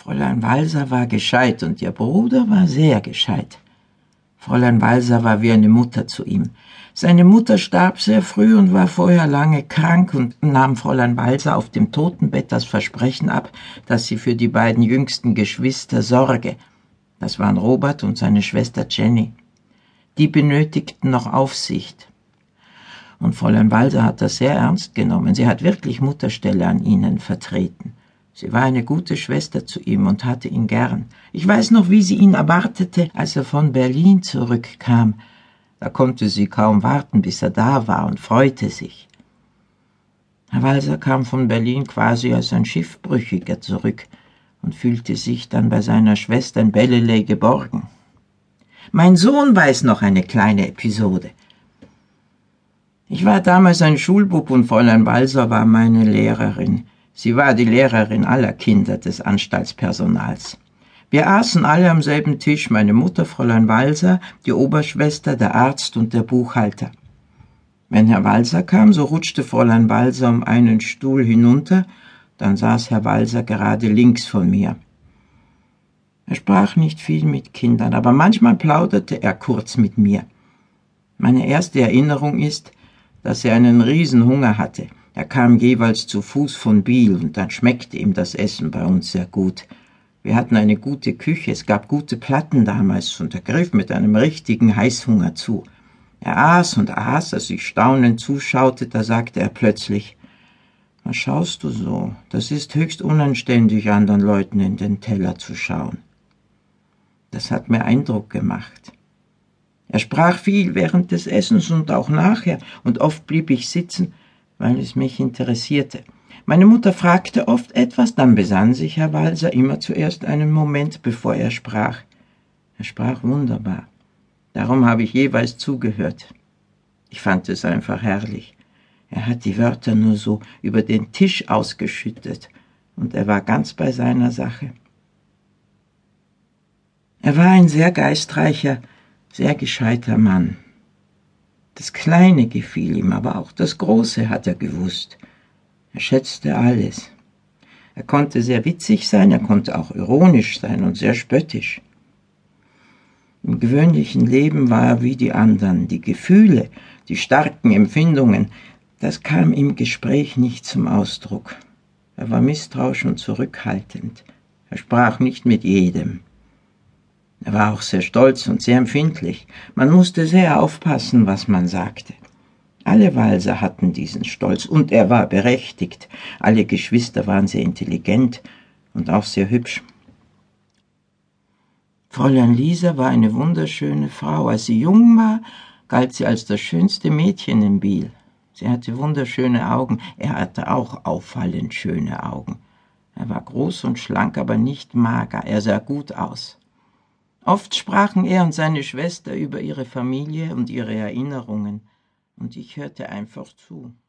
Fräulein Walser war gescheit und ihr Bruder war sehr gescheit. Fräulein Walser war wie eine Mutter zu ihm. Seine Mutter starb sehr früh und war vorher lange krank und nahm Fräulein Walser auf dem Totenbett das Versprechen ab, dass sie für die beiden jüngsten Geschwister sorge. Das waren Robert und seine Schwester Jenny. Die benötigten noch Aufsicht. Und Fräulein Walser hat das sehr ernst genommen. Sie hat wirklich Mutterstelle an ihnen vertreten. Sie war eine gute Schwester zu ihm und hatte ihn gern. Ich weiß noch, wie sie ihn erwartete, als er von Berlin zurückkam. Da konnte sie kaum warten, bis er da war, und freute sich. Herr Walser kam von Berlin quasi als ein Schiffbrüchiger zurück und fühlte sich dann bei seiner Schwester in Bellelay geborgen. Mein Sohn weiß noch eine kleine Episode. Ich war damals ein Schulbub und Fräulein Walser war meine Lehrerin. Sie war die Lehrerin aller Kinder des Anstaltspersonals. Wir aßen alle am selben Tisch, meine Mutter, Fräulein Walser, die Oberschwester, der Arzt und der Buchhalter. Wenn Herr Walser kam, so rutschte Fräulein Walser um einen Stuhl hinunter, dann saß Herr Walser gerade links von mir. Er sprach nicht viel mit Kindern, aber manchmal plauderte er kurz mit mir. Meine erste Erinnerung ist, dass er einen Riesenhunger hatte. Er kam jeweils zu Fuß von Biel und dann schmeckte ihm das Essen bei uns sehr gut. Wir hatten eine gute Küche, es gab gute Platten damals und er griff mit einem richtigen Heißhunger zu. Er aß und aß, als ich staunend zuschaute, da sagte er plötzlich: »Was schaust du so? Das ist höchst unanständig, anderen Leuten in den Teller zu schauen.« Das hat mir Eindruck gemacht. Er sprach viel während des Essens und auch nachher, und oft blieb ich sitzen, weil es mich interessierte. Meine Mutter fragte oft etwas, dann besann sich Herr Walser immer zuerst einen Moment, bevor er sprach. Er sprach wunderbar. Darum habe ich jeweils zugehört. Ich fand es einfach herrlich. Er hat die Wörter nur so über den Tisch ausgeschüttet, und er war ganz bei seiner Sache. Er war ein sehr geistreicher, sehr gescheiter Mann. Das Kleine gefiel ihm, aber auch das Große hat er gewusst. Er schätzte alles. Er konnte sehr witzig sein, er konnte auch ironisch sein und sehr spöttisch. Im gewöhnlichen Leben war er wie die anderen. Die Gefühle, die starken Empfindungen, das kam im Gespräch nicht zum Ausdruck. Er war misstrauisch und zurückhaltend. Er sprach nicht mit jedem. Er war auch sehr stolz und sehr empfindlich. Man musste sehr aufpassen, was man sagte. Alle Walser hatten diesen Stolz, und er war berechtigt. Alle Geschwister waren sehr intelligent und auch sehr hübsch. Fräulein Lisa war eine wunderschöne Frau. Als sie jung war, galt sie als das schönste Mädchen in Biel. Sie hatte wunderschöne Augen. Er hatte auch auffallend schöne Augen. Er war groß und schlank, aber nicht mager. Er sah gut aus. Oft sprachen er und seine Schwester über ihre Familie und ihre Erinnerungen, und ich hörte einfach zu.